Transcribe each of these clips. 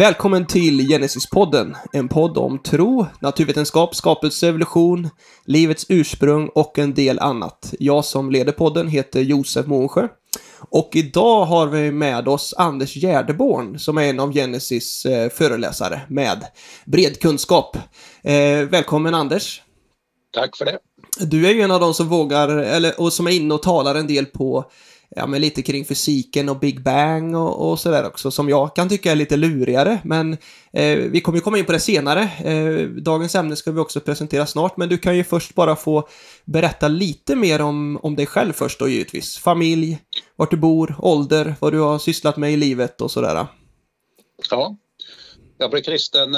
Välkommen till Genesis-podden, en podd om tro, naturvetenskap, skapelse, evolution, livets ursprung och en del annat. Jag som leder podden heter Josef Månsjö och idag har vi med oss Anders Gärdeborn som är en av Genesis föreläsare med bred kunskap. Välkommen Anders. Tack för det. Du är ju en av de som vågar, och som är inne och talar en del på men lite kring fysiken och Big Bang och sådär också, som jag kan tycka är lite lurigare, men vi kommer ju komma in på det senare. Dagens ämne ska vi också presentera snart, men du kan ju först bara få berätta lite mer om dig själv först då givetvis. Familj, vart du bor, ålder, vad du har sysslat med i livet och sådär. Ja, jag blev kristen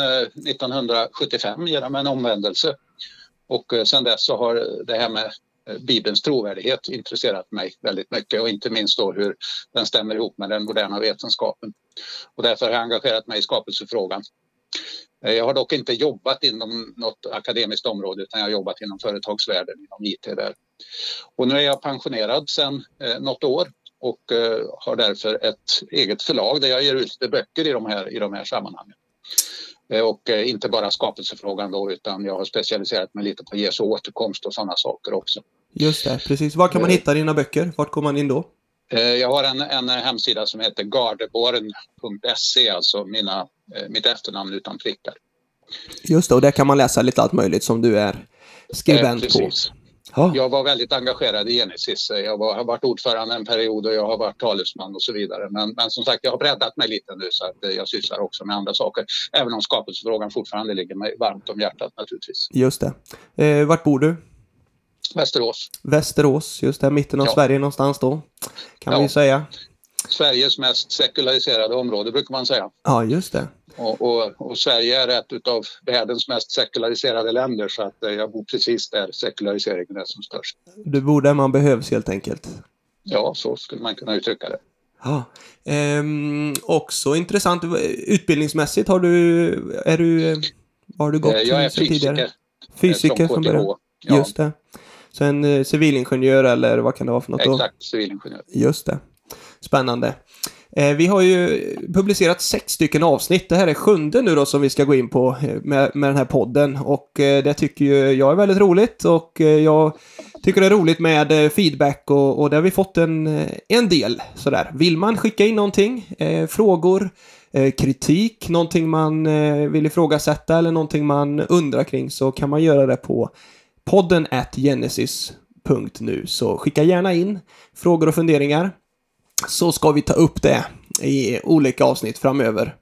1975 genom en omvändelse och sedan dess så har det här med Bibelns trovärdighet intresserat mig väldigt mycket och inte minst då hur den stämmer ihop med den moderna vetenskapen. Och därför har jag engagerat mig i skapelsefrågan. Jag har dock inte jobbat inom något akademiskt område utan jag har jobbat inom företagsvärlden, inom IT där. Och nu är jag pensionerad sedan något år och har därför ett eget förlag där jag ger ut lite böcker i de här sammanhangen. Och inte bara skapelsefrågan då, utan jag har specialiserat mig lite på Jesu återkomst och sådana saker också. Just det, precis. Var kan man hitta dina böcker? Vart kommer man in då? Jag har en hemsida som heter gardeborn.se, alltså mitt efternamn utan prickar. Just det, och där kan man läsa lite allt möjligt som du är skribent på. Ja. Jag var väldigt engagerad i Genesis. Jag har varit ordförande en period och jag har varit talesman och så vidare. Men som sagt, jag har breddat mig lite nu så att jag sysslar också med andra saker. Även om skapelsefrågan fortfarande ligger mig varmt om hjärtat naturligtvis. Just det. Vart bor du? Västerås, just där mitten av Sverige någonstans då, kan vi säga. Sveriges mest sekulariserade område brukar man säga. Ja, just det. Och Sverige är ett av världens mest sekulariserade länder så att jag bor precis där sekulariseringen är som störst. Du bor där man behövs helt enkelt. Ja, så skulle man kunna uttrycka det. Ja. Också intressant, utbildningsmässigt vad har du gått jag är tidigare? Fysiker från början. Ja. Just det. Så en civilingenjör eller vad kan det vara för något då? Exakt, civilingenjör. Just det. Spännande. Vi har ju publicerat 6 stycken avsnitt. Det här är 7:e nu då som vi ska gå in på med den här podden. Och det tycker ju jag är väldigt roligt. Och jag tycker det är roligt med feedback och där har vi fått en del sådär. Vill man skicka in någonting, frågor, kritik, någonting man vill ifrågasätta eller någonting man undrar kring, så kan man göra det på podden@genesis.nu. Så skicka gärna in frågor och funderingar, så ska vi ta upp det i olika avsnitt framöver.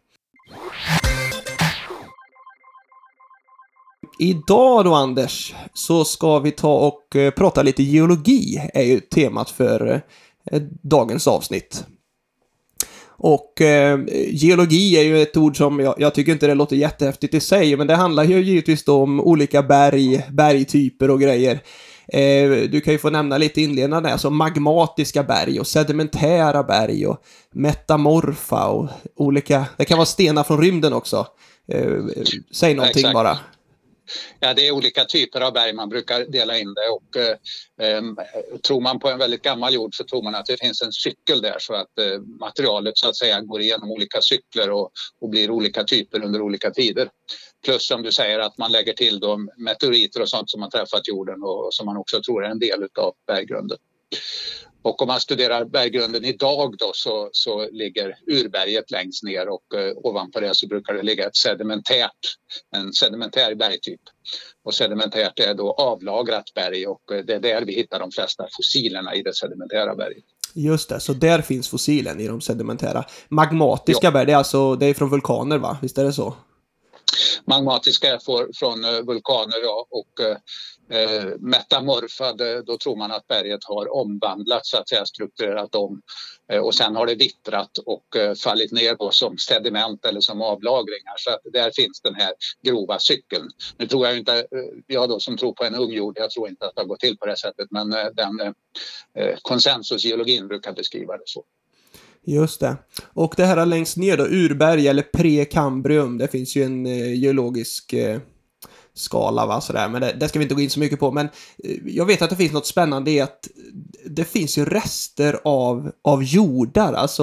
Idag då Anders, så ska vi ta och prata lite geologi, är ju temat för dagens avsnitt. Och geologi är ju ett ord som jag tycker inte det låter jättehäftigt i sig, men det handlar ju givetvis då om olika bergtyper och grejer. Du kan ju få nämna lite inledande, alltså magmatiska berg och sedimentära berg och metamorfa och olika, det kan vara stenar från rymden också. Säg någonting. Exakt. Bara. Ja, det är olika typer av berg man brukar dela in det och tror man på en väldigt gammal jord så tror man att det finns en cykel där så att materialet så att säga går igenom olika cykler och blir olika typer under olika tider. Plus som du säger att man lägger till då meteoriter och sånt som har träffat jorden och som man också tror är en del av berggrunden. Och om man studerar berggrunden idag då så ligger urberget längst ner och ovanpå det så brukar det ligga en sedimentär bergtyp. Och sedimentärt är då avlagrat berg och det är där vi hittar de flesta fossilerna i det sedimentära berget. Just det, så där finns fossilen i de sedimentära. Magmatiska berg, det är från vulkaner va? Visst är det så? Magmatiska är från vulkaner och metamorfade, då tror man att berget har omvandlats så att säga, strukturerat om och sen har det vittrat och fallit ner då som sediment eller som avlagringar, så att där finns den här grova cykeln. Nu tror jag inte, jag då som tror på en ungjord, jag tror inte att det har gått till på det sättet, men den konsensusgeologin brukar beskriva det så. Just det. Och det här längst ner då, urberg eller prekambrium, det finns ju en geologisk skala va, sådär, men det ska vi inte gå in så mycket på, men jag vet att det finns något spännande i att det finns ju rester av jordar, alltså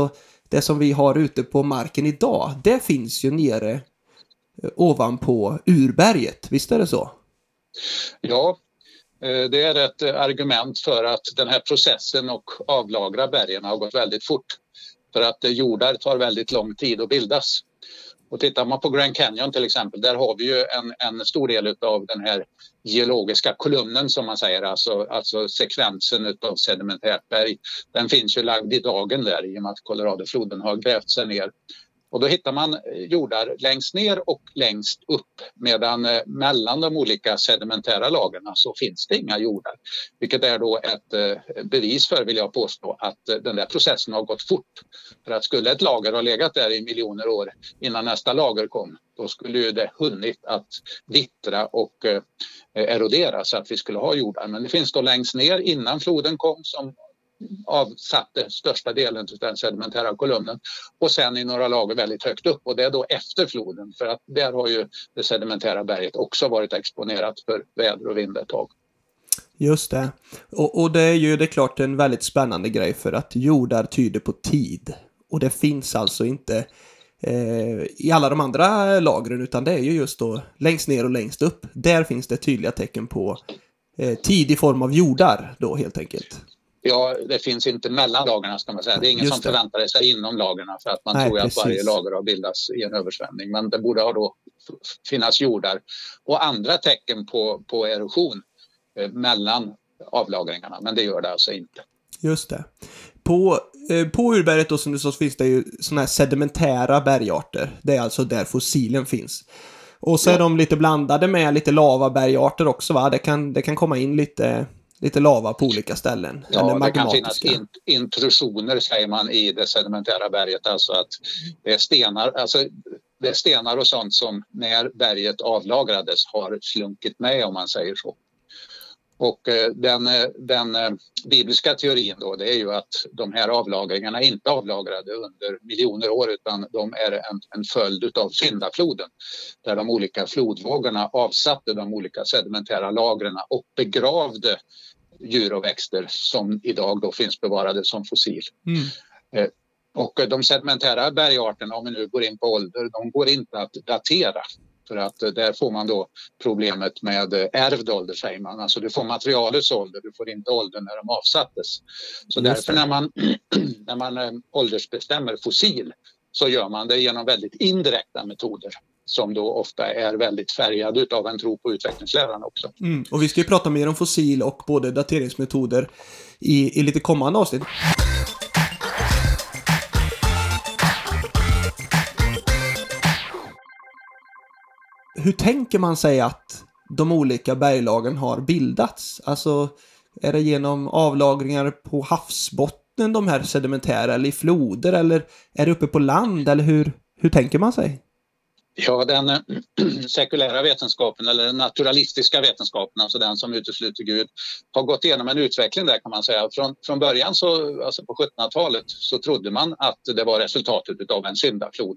det som vi har ute på marken idag, det finns ju nere ovanpå urberget. Visst är det så? Ja, det är ett argument för att den här processen och avlagra bergen har gått väldigt fort. För att jordar tar väldigt lång tid att bildas. Och tittar man på Grand Canyon till exempel, där har vi ju en stor del av den här geologiska kolumnen som man säger, alltså sekvensen av sedimentärt berg. Den finns ju lagd i dagen där i och med att Coloradofloden har grävt sig ner. Och då hittar man jordar längst ner och längst upp, medan mellan de olika sedimentära lagren så finns det inga jordar. Vilket är då ett bevis för, vill jag påstå, att den där processen har gått fort. För att skulle ett lager ha legat där i miljoner år innan nästa lager kom, då skulle ju det hunnit att vittra och erodera så att vi skulle ha jordar. Men det finns då längst ner innan floden kom som avsatte största delen av den sedimentära kolumnen, och sen i några lager väldigt högt upp, och det är då efter floden, för att där har ju det sedimentära berget också varit exponerat för väder och vind ett tag. Just det. Och det är ju det är klart en väldigt spännande grej, för att jordar tyder på tid, och det finns alltså inte i alla de andra lagren, utan det är ju just då längst ner och längst upp. Där finns det tydliga tecken på tid i form av jordar då helt enkelt. Ja, det finns inte mellan lagarna ska man säga. Det är ingen som förväntar sig inom lagarna, för att man tror att varje lager har bildats i en översvämning. Men det borde ha då finnas jordar och andra tecken på erosion mellan avlagringarna. Men det gör det alltså inte. Just det. På urberget då, som du sa, finns det ju såna här sedimentära bergarter. Det är alltså där fossilen finns. Och så är de lite blandade med lite lavabergarter också, va? Det kan komma in lite lava på olika ställen. Ja, det kan finnas intrusioner, säger man, i det sedimentära berget. Alltså att det är stenar och sånt som när berget avlagrades har slunkit med, om man säger så. Och den bibliska teorin då, det är ju att de här avlagringarna inte avlagrade under miljoner år, utan de är en följd av syndafloden, där de olika flodvågorna avsatte de olika sedimentära lagren och begravde djur och växter som idag då finns bevarade som fossil. Och de sedimentära bergarterna, om vi nu går in på ålder, de går inte att datera. För att där får man då problemet med ärvd ålder, säger man. Alltså du får materialets ålder, du får inte åldern när de avsattes. Så därför när man åldersbestämmer fossil, så gör man det genom väldigt indirekta metoder, som då ofta är väldigt färgade av en tro på utvecklingsläran också. Och vi ska ju prata mer om fossil och både dateringsmetoder i lite kommande avsnitt. Hur tänker man sig att de olika berglagen har bildats? Alltså, är det genom avlagringar på havsbotten, de här sedimentära, eller i floder, eller är det uppe på land, eller hur tänker man sig? Ja, den sekulära vetenskapen, eller den naturalistiska vetenskapen, alltså den som utesluter Gud, har gått igenom en utveckling där, kan man säga. Från början, alltså på 1700-talet, så trodde man att det var resultatet av en syndaflod.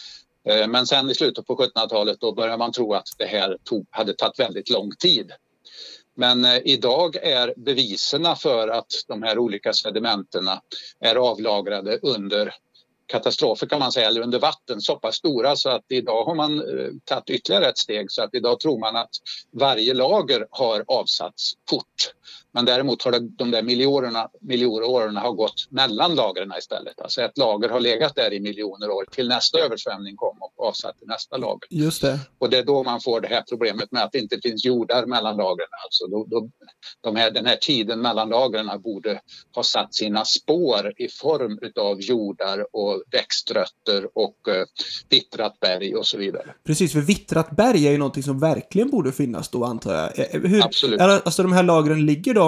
Men sen i slutet på 1700-talet då började man tro att det här hade tagit väldigt lång tid. Men idag är beviserna för att de här olika sedimenterna är avlagrade under katastrofer, kan man säga, eller under vatten, så pass stora så att idag har man tagit ytterligare ett steg, så att idag tror man att varje lager har avsatts fort. Men däremot har de där miljoner åren har gått mellan lagren istället. Alltså ett lager har legat där i miljoner år till nästa översvämning kom och avsatt i nästa lager. Just det. Och det är då man får det här problemet med att det inte finns jordar mellan lagren. Alltså den här tiden mellan lagren borde ha satt sina spår i form av jordar och växtrötter och vittrat berg och så vidare. Precis, för vittrat berg är ju någonting som verkligen borde finnas då, antar jag. Absolut. Alltså de här lagren,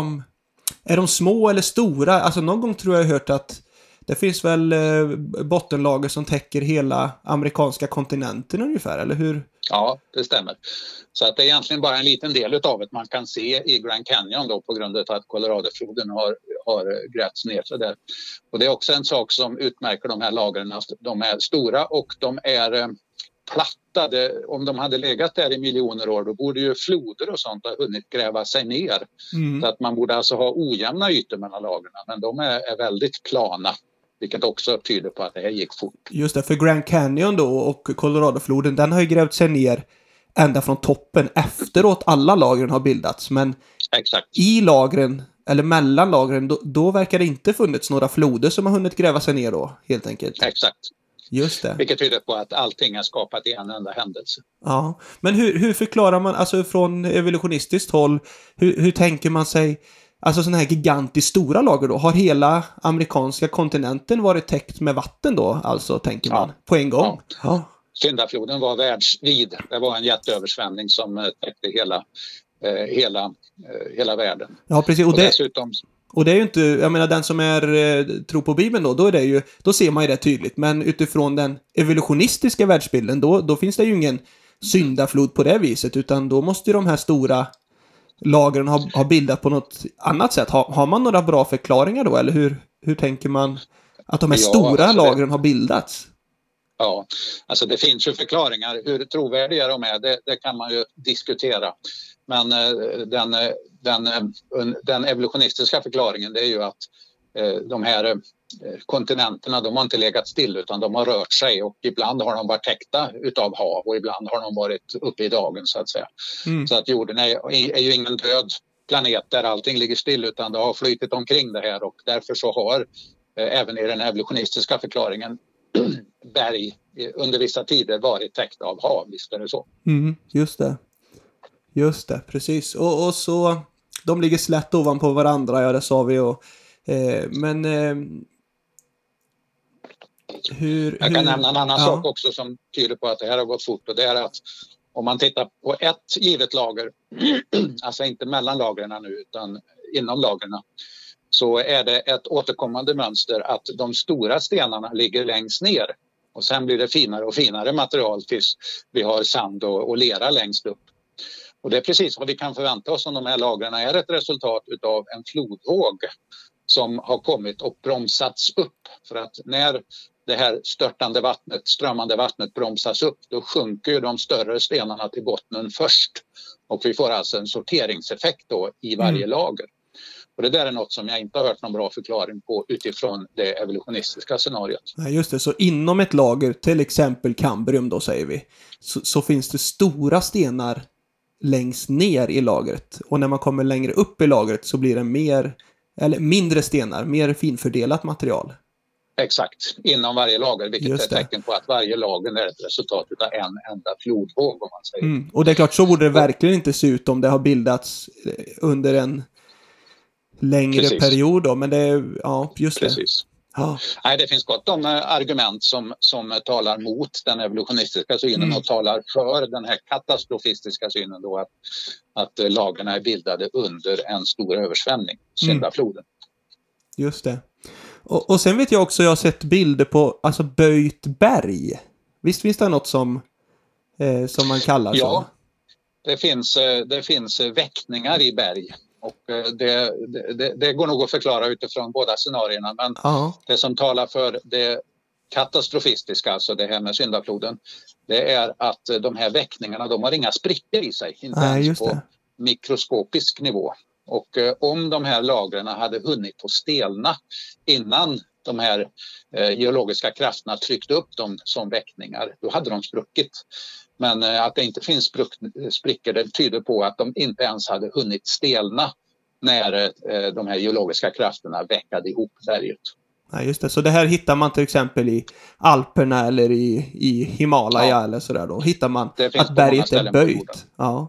är de små eller stora? Alltså någon gång tror jag hört att det finns väl bottenlager som täcker hela amerikanska kontinenten ungefär, eller hur? Ja, det stämmer. Så att det är egentligen bara en liten del av det man kan se i Grand Canyon då, på grund av att Coloradofloden har grävts ner så där. Och det är också en sak som utmärker de här lagren. De är stora och de är plattade. Om de hade legat där i miljoner år, då borde ju floder och sånt ha hunnit gräva sig ner. Så att man borde alltså ha ojämna ytor mellan lagren. Men de är väldigt plana. vilket också tyder på att det här gick fort. Just det, för Grand Canyon då och Coloradofloden, den har ju grävt sig ner ända från toppen efteråt alla lagren har bildats. Men Exakt. i lagren, eller mellan lagren, då verkar det inte funnits några floder som har hunnit gräva sig ner då, helt enkelt. Exakt. Just det. Vilket tyder på att allting är skapat i en enda händelse. Ja, men hur förklarar man, alltså från evolutionistiskt håll, hur tänker man sig, alltså sådana här gigantiskt stora lager då? Har hela amerikanska kontinenten varit täckt med vatten då, alltså tänker man, på en gång? Ja. Syndafloden var världsvid. Det var en jätteöversvämning som täckte hela världen. Ja, precis. Och det är ju inte, jag menar den som tror på Bibeln då är det ju, då ser man ju det tydligt. Men utifrån den evolutionistiska världsbilden, då finns det ju ingen syndaflod på det viset, utan då måste ju de här stora lagren ha bildat på något annat sätt. Har man några bra förklaringar då, eller hur tänker man att de här stora lagren har bildats? Ja, alltså det finns ju förklaringar. Hur trovärdiga de är, det kan man ju diskutera. Men den evolutionistiska förklaringen, det är ju att de här kontinenterna, de har inte legat still utan de har rört sig, och ibland har de varit täckta utav hav och ibland har de varit uppe i dagen så att säga. Så att jorden är ju ingen död planet där allting ligger still, utan det har flytit omkring det här, och därför så har även i den evolutionistiska förklaringen berg under vissa tider varit täckta av hav, visst är det så? Just det, precis. Och så, de ligger slätt ovanpå varandra, ja det sa vi. Men jag kan nämna en annan sak också som tyder på att det här har gått fort, och det är att om man tittar på ett givet lager, alltså inte mellan lagren nu utan inom lagren, så är det ett återkommande mönster att de stora stenarna ligger längst ner. Och sen blir det finare och finare material tills vi har sand och lera längst upp. Och det är precis vad vi kan förvänta oss om de här lagren är ett resultat av en flodvåg som har kommit och bromsats upp. För att när det här strömmande vattnet bromsas upp, då sjunker ju de större stenarna till bottnen först. Och vi får alltså en sorteringseffekt då i varje lager. Och det där är något som jag inte har hört någon bra förklaring på utifrån det evolutionistiska scenariot. Nej, just det. Så inom ett lager, till exempel kambrium då säger vi, så finns det stora stenar längst ner i lagret. Och när man kommer längre upp i lagret så blir det mindre stenar, mer finfördelat material. Exakt, inom varje lager, vilket är ett tecken på att varje lager är ett resultat av en enda flodvåg, om man säger. Och det är klart, så borde det verkligen inte se ut om det har bildats under en längre period då, men det är, just det. Ja. Nej, det finns gott om argument som talar mot den evolutionistiska synen och talar för den här katastrofistiska synen då att lagren är bildade under en stor översvämning, syndafloden. Just det. Och sen vet jag också, jag har sett bilder på alltså böjt berg. Visst finns det något som man kallar så? Ja, det finns väckningar i berg. Och det går nog att förklara utifrån båda scenarierna. Men det som talar för det katastrofistiska, alltså det här med syndafloden, det är att de här väckningarna, de har inga sprickor i sig. Inte ens på mikroskopisk nivå. Och om de här lagren hade hunnit att stelna innan de här geologiska krafterna tryckte upp dem som väckningar, då hade de spruckit. Men att det inte finns sprickor, det tyder på att de inte ens hade hunnit stelna när de här geologiska krafterna väckade ihop berget. Ja, just det. Så det här hittar man till exempel i Alperna eller i Himalaya eller sådär då. Hittar man att berget är böjt. Ja.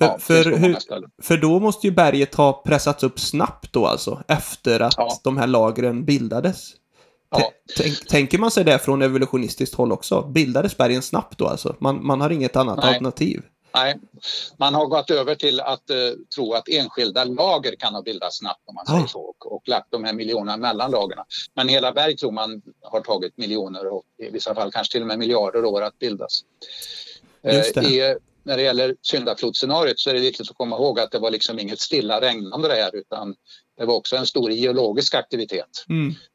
För då måste ju berget ha pressats upp snabbt då alltså, efter att de här lagren bildades. Tänker man sig det från evolutionistiskt håll också? Bildades bergen snabbt då alltså? Man har inget annat alternativ? Nej, man har gått över till att tro att enskilda lager kan ha bildats snabbt, om man säger så, och lagt de här miljonerna mellan lagerna. Men hela berg tror man har tagit miljoner och i vissa fall kanske till och med miljarder år att bildas. När det gäller syndaflodsscenariot så är det viktigt att komma ihåg att det var liksom inget stilla regnande det här, utan det var också en stor geologisk aktivitet.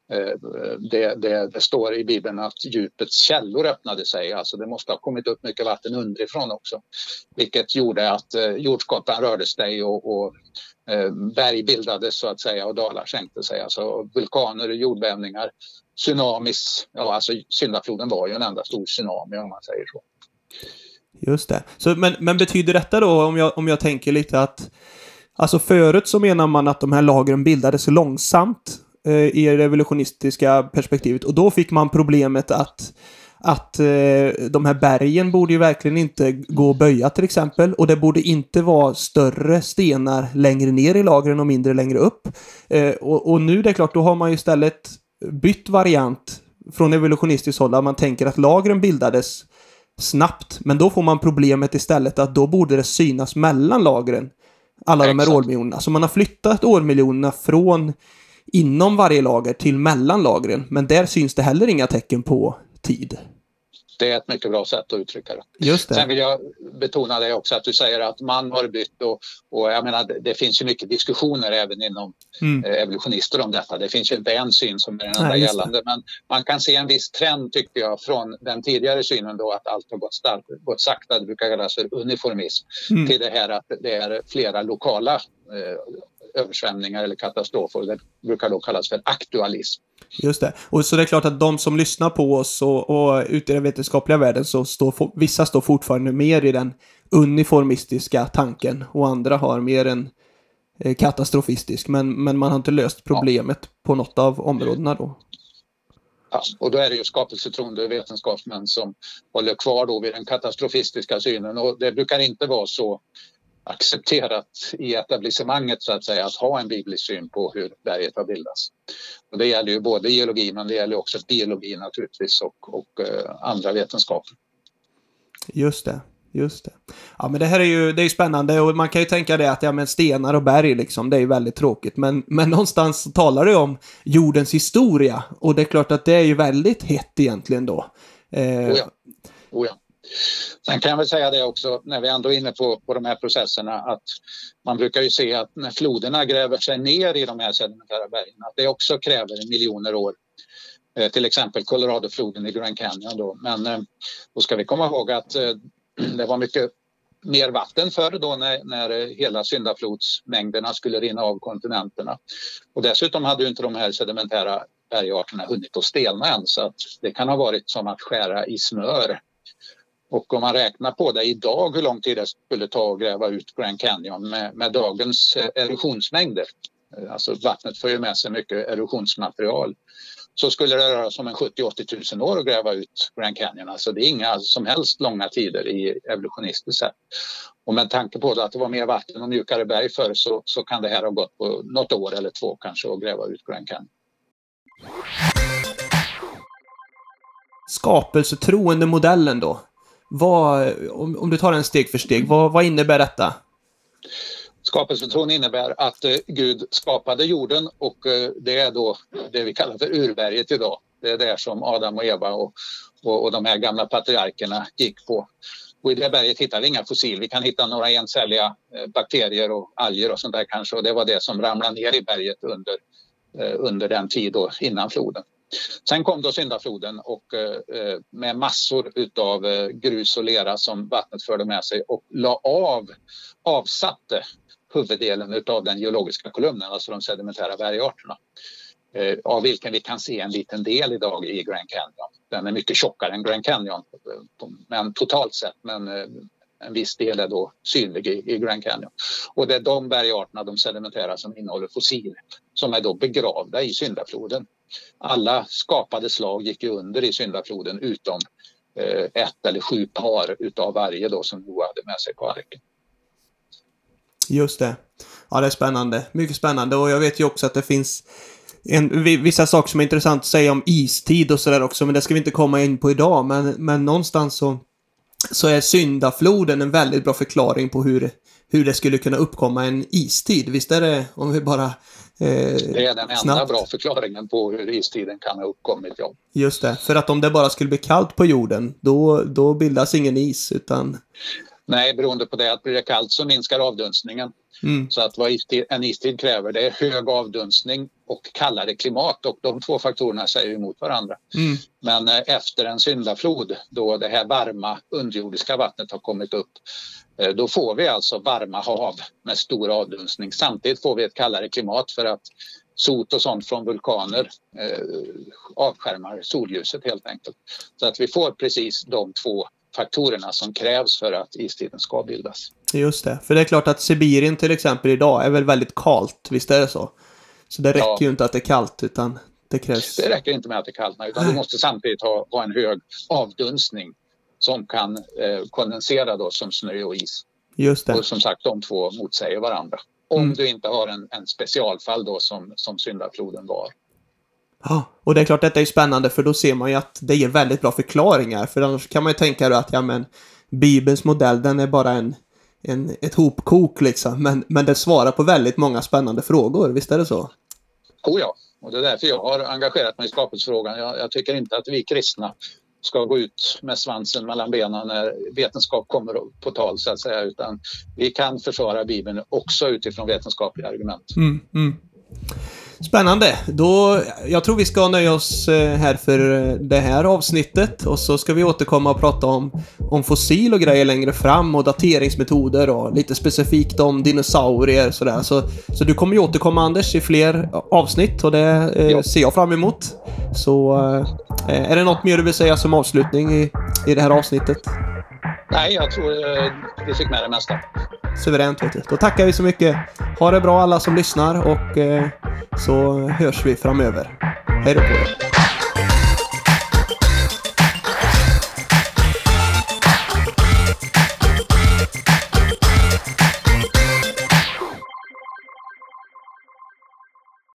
Det står i Bibeln att djupets källor öppnade sig, alltså det måste ha kommit upp mycket vatten underifrån också, vilket gjorde att jordskottan rörde sig och berg bildades så att säga och dalar sänkte sig. Alltså vulkaner, jordbävningar, tsunamis. Ja, alltså syndafloden var ju en enda stor tsunami om man säger så. Just det. Så, men betyder detta då, om jag tänker lite att alltså förut så menar man att de här lagren bildades långsamt i det evolutionistiska perspektivet, och då fick man problemet att de här bergen borde ju verkligen inte gå att böja till exempel, och det borde inte vara större stenar längre ner i lagren och mindre längre upp. Och nu det är klart, då har man ju istället bytt variant från evolutionistiskt håll, där man tänker att lagren bildades snabbt, men då får man problemet istället att då borde det synas mellan lagren, alla de här årmiljonerna. Så man har flyttat årmiljonerna från inom varje lager till mellan lagren, men där syns det heller inga tecken på tid. Det är ett mycket bra sätt att uttrycka det. Just det. Sen vill jag betona det också att du säger att man har bytt och jag menar det finns ju mycket diskussioner även inom evolutionister om detta. Det finns ju inte en syn som är den enda gällande, men man kan se en viss trend tycker jag från den tidigare synen då att allt har gått sakta, det brukar kallas för uniformism, till det här att det är flera lokala översvämningar eller katastrofer. Det brukar då kallas för aktualism. Just det. Och så det är klart att de som lyssnar på oss och ute i den vetenskapliga världen så vissa står fortfarande mer i den uniformistiska tanken och andra har mer en katastrofistisk. Men man har inte löst problemet på något av områdena då. Ja, och då är det ju skapelsetroende vetenskapsmän som håller kvar då vid den katastrofistiska synen, och det brukar inte vara så accepterat i etablissemanget så att säga att ha en biblisk syn på hur berget har bildats. Och det gäller ju både geologi men det gäller också biologi naturligtvis och andra vetenskaper. Just det. Ja, men det här är ju spännande, och man kan ju tänka det att men stenar och berg liksom, det är ju väldigt tråkigt, men någonstans talar det om jordens historia, och det är klart att det är ju väldigt hett egentligen då. Oh ja. Sen kan jag väl säga det också, när vi ändå är inne på de här processerna, att man brukar ju se att när floderna gräver sig ner i de här sedimentära bergen, att det också kräver miljoner år. Till exempel Coloradofloden i Grand Canyon då. Men då ska vi komma ihåg att det var mycket mer vatten förr då när hela syndaflodsmängderna skulle rinna av kontinenterna. Och dessutom hade ju inte de här sedimentära bergarterna hunnit att stelna än, så att det kan ha varit som att skära i smör. Och om man räknar på det idag hur lång tid det skulle ta att gräva ut Grand Canyon med dagens erosionsmängder, alltså vattnet får ju med sig mycket erosionsmaterial, så skulle det röra sig om 70-80 000 år att gräva ut Grand Canyon. Alltså det är inga som helst långa tider i evolutionistiskt sätt. Och med tanke på att det var mer vatten och mjukare berg förr så kan det här ha gått på något år eller två kanske att gräva ut Grand Canyon. Skapelsetroende modellen då. Om du tar den steg för steg, vad innebär detta? Skapelsetron innebär att Gud skapade jorden, och det är då det vi kallar för urberget idag. Det är där som Adam och Eva och de här gamla patriarkerna gick på. Och i det berget hittar vi inga fossil. Vi kan hitta några encelliga bakterier och alger och sånt där kanske, och det var det som ramlade ner i berget under den tid då innan floden. Sen kom då syndafloden och med massor utav grus och lera som vattnet förde med sig och avsatte huvuddelen utav den geologiska kolumnen, alltså de sedimentära bergarterna, av vilken vi kan se en liten del idag i Grand Canyon. Den är mycket tjockare än Grand Canyon, men totalt sett, men en viss del är då synlig i Grand Canyon. Och det är de bergarterna, de sedimentära, som innehåller fossil, som är då begravda i syndafloden. Alla skapade slag gick ju under i syndafloden utom 1 eller 7 par utav varje då som Noa hade med sig på arken. Just det. Ja, det är spännande. Mycket spännande. Och jag vet ju också att det finns vissa saker som är intressant att säga om istid och sådär också, men det ska vi inte komma in på idag. Men någonstans så är syndafloden en väldigt bra förklaring på hur det skulle kunna uppkomma en istid. Visst är det, om vi bara det är den enda bra förklaringen på hur istiden kan ha uppkommit, ja. Just det, för att om det bara skulle bli kallt på jorden, då bildas ingen is, utan... Nej, beroende på det att blir det kallt så minskar avdunstningen. Så att vad en istid kräver, det är hög avdunstning och kallare klimat, och de två faktorerna säger emot varandra. Men efter en syndaflod, då det här varma underjordiska vattnet har kommit upp, då får vi alltså varma hav med stor avdunstning. Samtidigt får vi ett kallare klimat för att sot och sånt från vulkaner avskärmar solljuset helt enkelt. Så att vi får precis de två faktorerna som krävs för att istiden ska bildas. Just det, för det är klart att Sibirien till exempel idag är väl väldigt kallt, visst är det så? Så det räcker ju inte att det är kallt, utan det krävs... Det räcker inte med att det är kallt, utan du måste samtidigt ha en hög avdunstning som kan kondensera då som snö och is. Just det. Och som sagt, de två motsäger varandra. Om du inte har en specialfall då som syndafloden var. Ja, och det är klart, detta är spännande, för då ser man ju att det ger väldigt bra förklaringar. För annars kan man ju tänka då att Bibelns modell, den är bara ett hopkok liksom. Men det svarar på väldigt många spännande frågor, visst är det så? Oh ja, och det är därför jag har engagerat mig i skapelsefrågan. Jag tycker inte att vi kristna ska gå ut med svansen mellan benen när vetenskap kommer på tal, så att säga, utan vi kan försvara Bibeln också utifrån vetenskapliga argument. Spännande. Jag tror vi ska nöja oss här för det här avsnittet, och så ska vi återkomma och prata om fossil och grejer längre fram, och dateringsmetoder och lite specifikt om dinosaurier sådär. Så du kommer ju återkomma, Anders, i fler avsnitt, och det ser jag fram emot. Så är det något mer du vill säga som avslutning i det här avsnittet? Nej, jag tror vi fick med det mesta. Suveränt, vet du. Då tackar vi så mycket. Ha det bra alla som lyssnar, och så hörs vi framöver. Hej då på er.